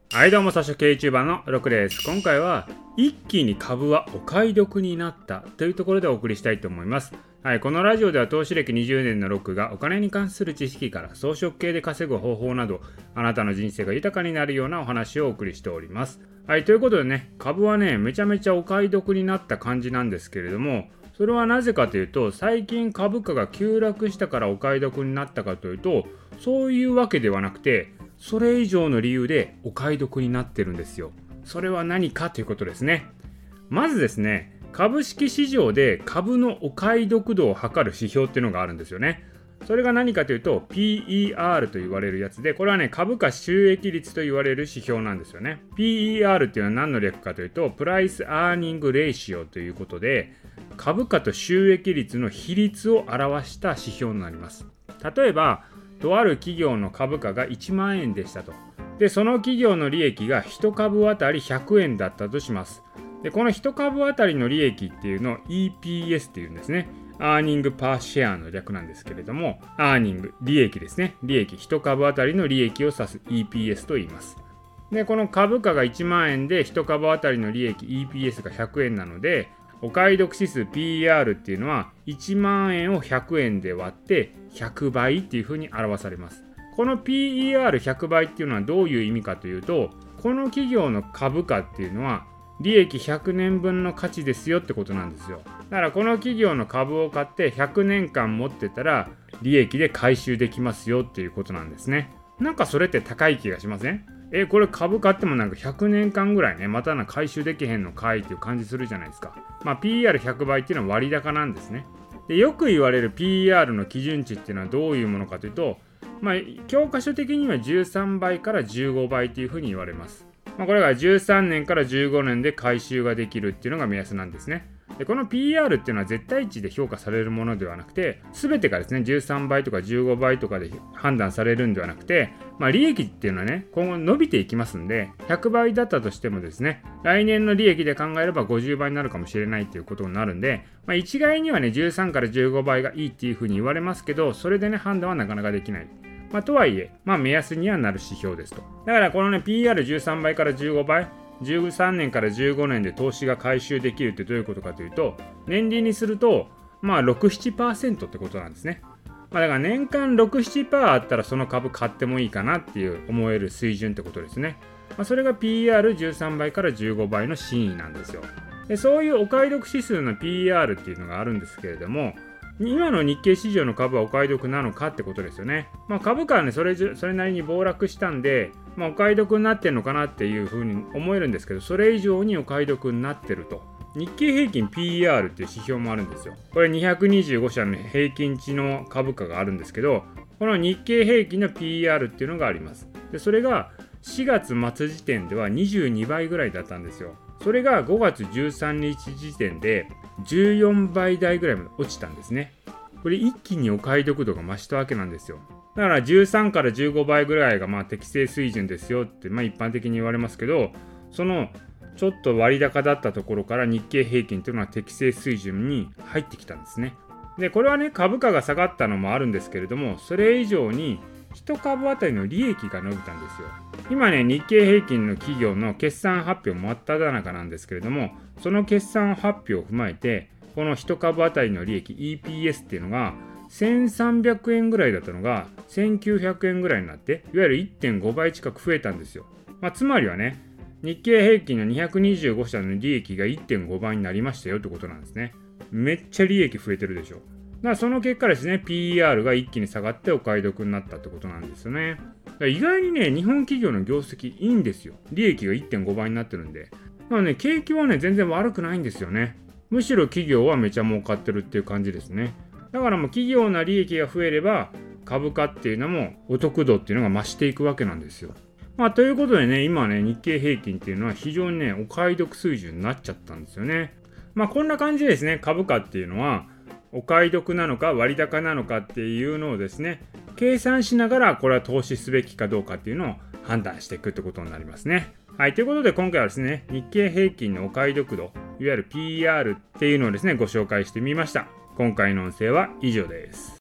はいどうも、草食系 YouTuber のロクです。今回は一気に株はお買い得になったというところでお送りしたいと思います。はい、このラジオでは投資歴20年のロクがお金に関する知識から草食系で稼ぐ方法など、あなたの人生が豊かになるようなお話をお送りしております。はい、ということでね、株はね、めちゃめちゃお買い得になった感じなんですけれども、それはなぜかというと、最近株価が急落したからお買い得になったかというと、そういうわけではなくて、それ以上の理由でお買い得になってるんですよ。それは何かということですね。まずですね、株式市場で株のお買い得度を測る指標っていうのがあるんですよね。それが何かというと PER と言われるやつで、これはね、株価収益率と言われる指標なんですよね。PER っていうのは何の略かというと、プライスアーニングレーシオということで、株価と収益率の比率を表した指標になります。例えばとある企業の株価が1万円でしたと。で、その企業の利益が1株あたり100円だったとします。で、この1株あたりの利益っていうのを EPS っていうんですね。アーニングパーシェアの略なんですけれども、アーニング、利益ですね。利益、1株あたりの利益を指す EPS と言います。で、この株価が1万円で1株あたりの利益 EPS が100円なので、お買い得指数 PER っていうのは1万円を100円で割って100倍っていうふうに表されます。この PER100 倍っていうのはどういう意味かというと、この企業の株価っていうのは利益100年分の価値ですよってことなんですよ。だからこの企業の株を買って100年間持ってたら利益で回収できますよっていうことなんですね。なんかそれって高い気がしません？これ株買ってもなんか100年間ぐらいね、また回収できへんのかいっていう感じするじゃないですか。PER100 倍っていうのは割高なんですね。で、よく言われる PER の基準値っていうのはどういうものかというと、教科書的には13倍から15倍というふうに言われます。これが13年から15年で回収ができるっていうのが目安なんですね。で、この PER っていうのは絶対値で評価されるものではなくて、全てがですね、13倍とか15倍とかで判断されるんではなくて、利益っていうのはね、今後伸びていきますんで、100倍だったとしてもですね、来年の利益で考えれば50倍になるかもしれないっていうことになるんで、一概にはね、13から15倍がいいっていうふうに言われますけど、それでね、判断はなかなかできない。とはいえ、目安にはなる指標ですと。だからこのね、PER13 倍から15倍、13年から15年で投資が回収できるってどういうことかというと、年利にすると、6、7% ってことなんですね。だから年間6、7% あったらその株買ってもいいかなっていう思える水準ってことですね。それが PER13 倍から15倍の真意なんですよ。で、そういうお買い得指数の PER っていうのがあるんですけれども、今の日経市場の株はお買い得なのかってことですよね。株価はね、それなりに暴落したんで、お買い得になってるのかなっていうふうに思えるんですけど、それ以上にお買い得になってると。日経平均 PER っていう指標もあるんですよ。これ225社の平均値の株価があるんですけど、この日経平均の PER っていうのがあります。で、それが4月末時点では22倍ぐらいだったんですよ。それが5月13日時点で14倍台ぐらいまで落ちたんですね。これ一気にお買い得度が増したわけなんですよ。だから13から15倍ぐらいが適正水準ですよって一般的に言われますけど、そのちょっと割高だったところから日経平均というのは適正水準に入ってきたんですね。で、これはね、株価が下がったのもあるんですけれども、それ以上に1株あたりの利益が伸びたんですよ。今ね、日経平均の企業の決算発表真っ只中なんですけれども、その決算発表を踏まえて、この1株あたりの利益 EPS っていうのが1300円ぐらいだったのが1900円ぐらいになって、いわゆる 1.5 倍近く増えたんですよ。つまりはね、日経平均の225社の利益が 1.5 倍になりましたよってことなんですね。めっちゃ利益増えてるでしょ。だからその結果ですね、PER が一気に下がってお買い得になったってことなんですよね。だから意外にね、日本企業の業績いいんですよ。利益が 1.5 倍になってるんで。景気はね、全然悪くないんですよね。むしろ企業はめちゃ儲かってるっていう感じですね。だから企業の利益が増えれば株価っていうのもお得度っていうのが増していくわけなんですよ。ということでね、今ね、日経平均っていうのは非常にね、お買い得水準になっちゃったんですよね。こんな感じでですね、株価っていうのはお買い得なのか割高なのかっていうのをですね、計算しながらこれは投資すべきかどうかっていうのを判断していくってことになりますね。はい、ということで今回はですね、日経平均のお買い得度、いわゆる PER っていうのをですね、ご紹介してみました。今回の音声は以上です。